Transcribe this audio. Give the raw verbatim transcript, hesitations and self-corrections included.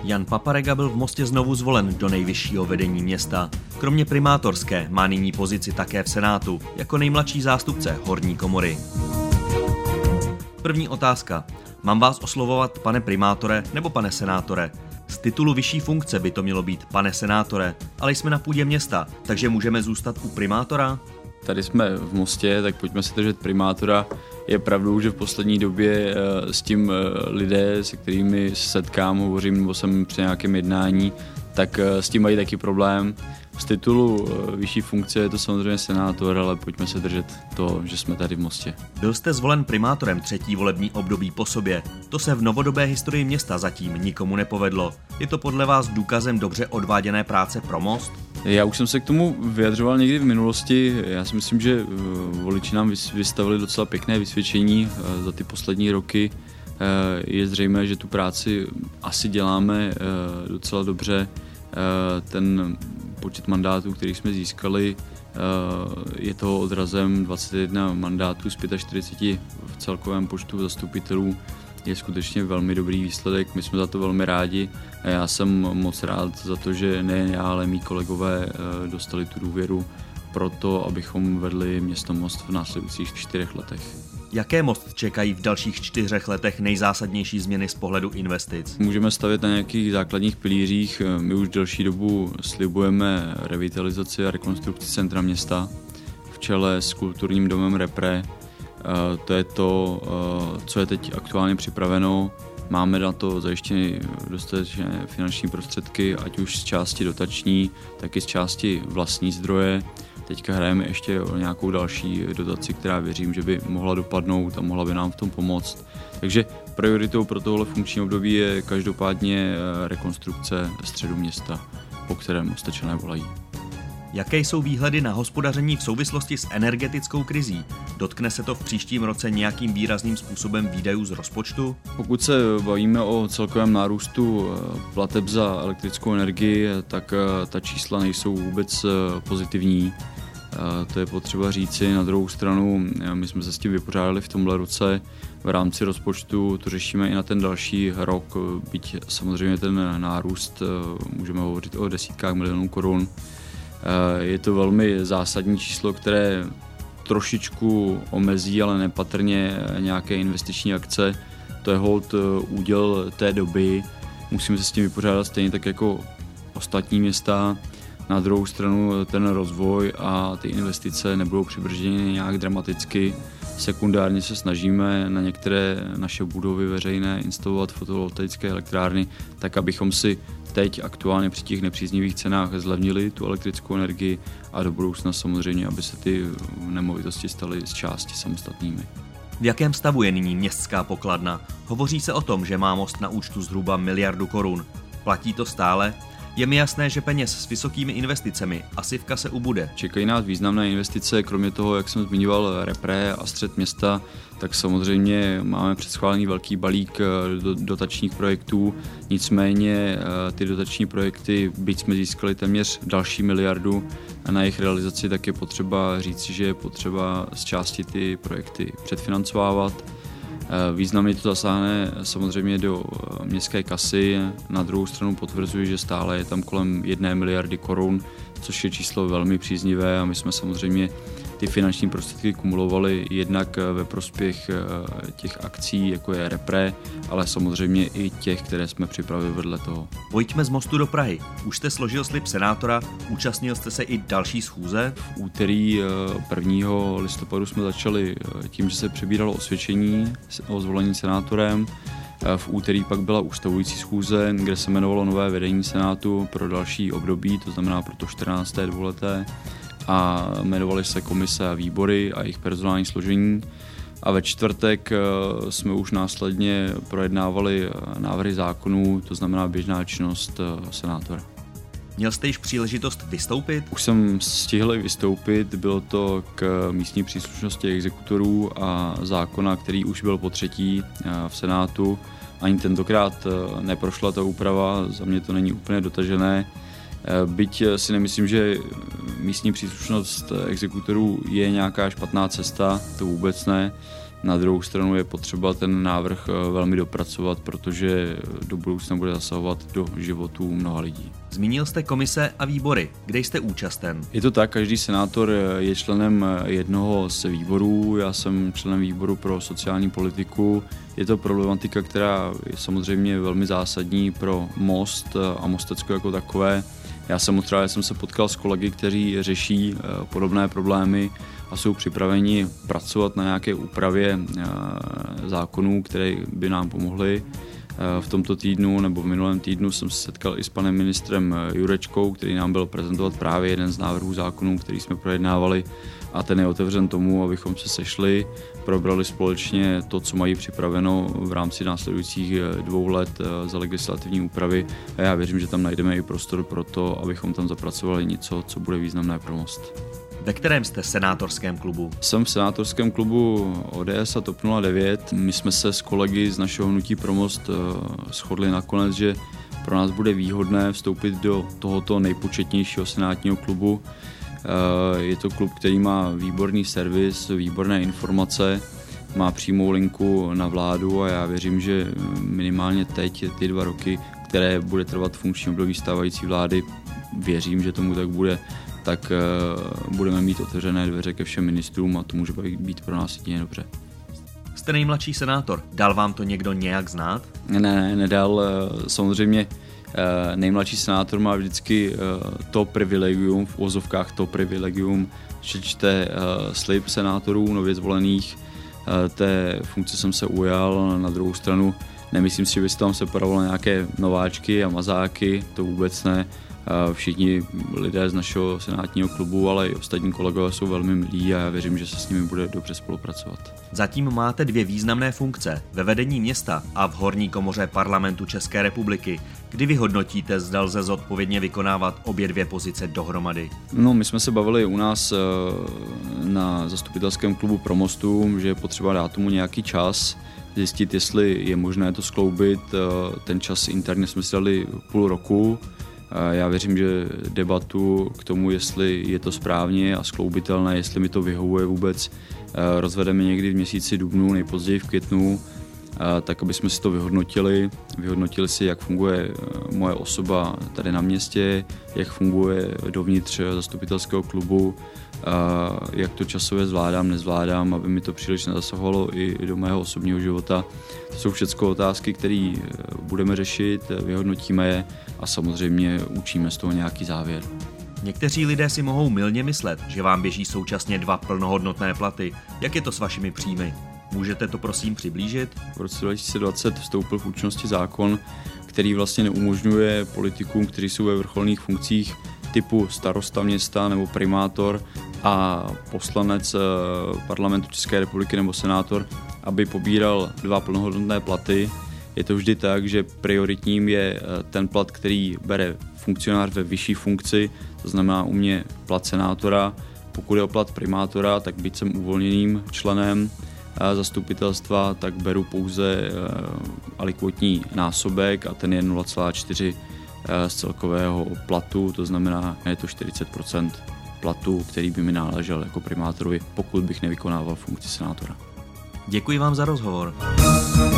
Jan Paparega byl v Mostě znovu zvolen do nejvyššího vedení města. Kromě primátorské má nyní pozici také v Senátu, jako nejmladší zástupce horní komory. První otázka. Mám vás oslovovat pane primátore nebo pane senátore? Z titulu vyšší funkce by to mělo být pane senátore, ale jsme na půdě města, takže můžeme zůstat u primátora? Tady jsme v Mostě, tak pojďme se držet primátora. Je pravdou, že v poslední době s tím lidé, se kterými se setkám, hovořím nebo jsem při nějakém jednání, tak s tím mají taky problém. Z titulu vyšší funkce je to samozřejmě senátor, ale pojďme se držet to, že jsme tady v Mostě. Byl jste zvolen primátorem třetí volební období po sobě. To se v novodobé historii města zatím nikomu nepovedlo. Je to podle vás důkazem dobře odváděné práce pro Most? Já už jsem se k tomu vyjadřoval někdy v minulosti. Já si myslím, že voliči nám vystavili docela pěkné vysvědčení za ty poslední roky. Je zřejmé, že tu práci asi děláme docela dobře. Ten počet mandátů, který jsme získali, je toho odrazem dvacet jedna mandátů z čtyřicet pět v celkovém počtu zastupitelů. Je skutečně velmi dobrý výsledek, my jsme za to velmi rádi a já jsem moc rád za to, že nejen já, ale mý kolegové dostali tu důvěru pro to, abychom vedli město Most v následujících čtyřech letech. Jaké Most čekají v dalších čtyřech letech nejzásadnější změny z pohledu investic? Můžeme stavět na nějakých základních pilířích. My už delší dobu slibujeme revitalizaci a rekonstrukci centra města v čele s kulturním domem Repre. To je to, co je teď aktuálně připraveno. Máme na to zajištěny dostatečné finanční prostředky, ať už z části dotační, tak i z části vlastní zdroje. Teďka hrajeme ještě o nějakou další dotaci, která věřím, že by mohla dopadnout a mohla by nám v tom pomoct. Takže prioritou pro tohle funkční období je každopádně rekonstrukce středu města, po kterém Mostačané volají. Jaké jsou výhledy na hospodaření v souvislosti s energetickou krizí? Dotkne se to v příštím roce nějakým výrazným způsobem výdajů z rozpočtu? Pokud se bavíme o celkovém nárůstu plateb za elektrickou energii, tak ta čísla nejsou vůbec pozitivní. To je potřeba říci. Na druhou stranu, my jsme se s tím vypořádali v tomhle roce. V rámci rozpočtu to řešíme i na ten další rok, byť samozřejmě ten nárůst, můžeme hovořit o desítkách milionů korun. Je to velmi zásadní číslo, které trošičku omezí, ale nepatrně nějaké investiční akce. To je holt úděl té doby. Musíme se s tím vypořádat stejně tak jako ostatní města. Na druhou stranu ten rozvoj a ty investice nebudou přibržděny nějak dramaticky. Sekundárně se snažíme na některé naše budovy veřejné instalovat fotovoltaické elektrárny, tak abychom si teď aktuálně při těch nepříznivých cenách zlevnili tu elektrickou energii a do budoucna samozřejmě, aby se ty nemovitosti staly z části samostatnými. V jakém stavu je nyní městská pokladna? Hovoří se o tom, že má Most na účtu zhruba miliardu korun. Platí to stále? Je mi jasné, že peněz s vysokými investicemi asi v kase ubude. Čekají nás významné investice, kromě toho, jak jsem zmiňoval, Repre a střed města, tak samozřejmě máme před schválený velký balík dotačních projektů. Nicméně ty dotační projekty, byť jsme získali téměř další miliardu a na jejich realizaci, tak je potřeba říci, že je potřeba z části ty projekty předfinancovávat. Významně to zasáhne samozřejmě do městské kasy, na druhou stranu potvrzuji, že stále je tam kolem jedné miliardy korun, což je číslo velmi příznivé a my jsme samozřejmě ty finanční prostředky kumulovali jednak ve prospěch těch akcí, jako je Repre, ale samozřejmě i těch, které jsme připravili vedle toho. Pojďme z Mostu do Prahy. Už jste složil slib senátora, účastnil jste se i další schůze? V úterý prvního listopadu jsme začali tím, že se přebíralo osvědčení o zvolení senátorem. V úterý pak byla ustavující schůze, kde se jmenovalo nové vedení senátu pro další období, to znamená pro to čtrnácté dvouleté. A jmenovaly se komise a výbory a jejich personální složení. A ve čtvrtek jsme už následně projednávali návrhy zákonů, to znamená běžná činnost senátora. Měl jste již příležitost vystoupit? Už jsem stihl vystoupit, bylo to k místní příslušnosti exekutorů a zákona, který už byl po třetí v Senátu. Ani tentokrát neprošla ta úprava, za mě to není úplně dotažené. Byť si nemyslím, že místní příslušnost exekutorů je nějaká špatná cesta, to vůbec ne. Na druhou stranu je potřeba ten návrh velmi dopracovat, protože do budoucna bude zasahovat do životů mnoha lidí. Zmínil jste komise a výbory. Kde jste účasten? Je to tak, každý senátor je členem jednoho z výborů. Já jsem členem výboru pro sociální politiku. Je to problematika, která je samozřejmě velmi zásadní pro Most a Mostecko jako takové. Já jsem moc rád, jsem se potkal s kolegy, kteří řeší podobné problémy a jsou připraveni pracovat na nějaké úpravě zákonů, které by nám pomohly. V tomto týdnu nebo v minulém týdnu jsem se setkal i s panem ministrem Jurečkou, který nám byl prezentovat právě jeden z návrhů zákonů, který jsme projednávali, a ten je otevřen tomu, abychom se sešli, probrali společně to, co mají připraveno v rámci následujících dvou let za legislativní úpravy, a já věřím, že tam najdeme i prostor pro to, abychom tam zapracovali něco, co bude významné pro Most. Ve kterém jste senátorském klubu? Jsem v senátorském klubu O D S a TOP nula devět. My jsme se s kolegy z našeho hnutí pro Most shodli nakonec, že pro nás bude výhodné vstoupit do tohoto nejpočetnějšího senátního klubu. Je to klub, který má výborný servis, výborné informace, má přímou linku na vládu a já věřím, že minimálně teď, ty dva roky, které bude trvat funkční období stávající vlády, věřím, že tomu tak bude, tak uh, budeme mít otevřené dveře ke všem ministrům a to může být pro nás jedině dobře. Jste nejmladší senátor. Dal vám to někdo nějak znát? Ne, ne, nedal. Samozřejmě uh, nejmladší senátor má vždycky uh, to privilegium, v uvozovkách to privilegium, že čte uh, slib senátorů nově zvolených. Uh, té funkce jsem se ujal, na druhou stranu nemyslím si, že by se tam separovalo nějaké nováčky a mazáky, to vůbec ne. Všichni lidé z našeho senátního klubu, ale i ostatní kolegové jsou velmi milí a já věřím, že se s nimi bude dobře spolupracovat. Zatím máte dvě významné funkce ve vedení města a v horní komoře Parlamentu České republiky. Kdy vyhodnotíte, zda lze zodpovědně vykonávat obě dvě pozice dohromady? No, my jsme se bavili u nás na zastupitelském klubu pro Mostu, že je potřeba dát tomu nějaký čas, zjistit, jestli je možné to skloubit. Ten čas interně jsme si dali půl roku. Já věřím, že debatu k tomu, jestli je to správně a skloubitelné, jestli mi to vyhovuje vůbec, rozvedeme někdy v měsíci dubnu, nejpozději v květnu, tak aby jsme si to vyhodnotili. Vyhodnotili si, jak funguje moje osoba tady na městě, jak funguje dovnitř zastupitelského klubu, jak to časově zvládám, nezvládám, aby mi to příliš nezasahovalo i do mého osobního života. To jsou všechno otázky, které budeme řešit, vyhodnotíme je a samozřejmě učíme z toho nějaký závěr. Někteří lidé si mohou mylně myslet, že vám běží současně dva plnohodnotné platy. Jak je to s vašimi příjmy? Můžete to prosím přiblížit? V roce dva tisíce dvacet vstoupil v účinnosti zákon, který vlastně neumožňuje politikům, kteří jsou ve vrcholných funkcích typu starosta města nebo primátor a poslanec Parlamentu České republiky nebo senátor, aby pobíral dva plnohodnotné platy. Je to vždy tak, že prioritním je ten plat, který bere funkcionář ve vyšší funkci, to znamená u mě plat senátora. Pokud je o plat primátora, tak byť jsem uvolněným členem zastupitelstva, tak beru pouze alikvotní násobek a ten je nula celá čtyři z celkového platu, to znamená, je to čtyřicet procent platu, který by mi náležel jako primátorovi, pokud bych nevykonával funkci senátora. Děkuji vám za rozhovor.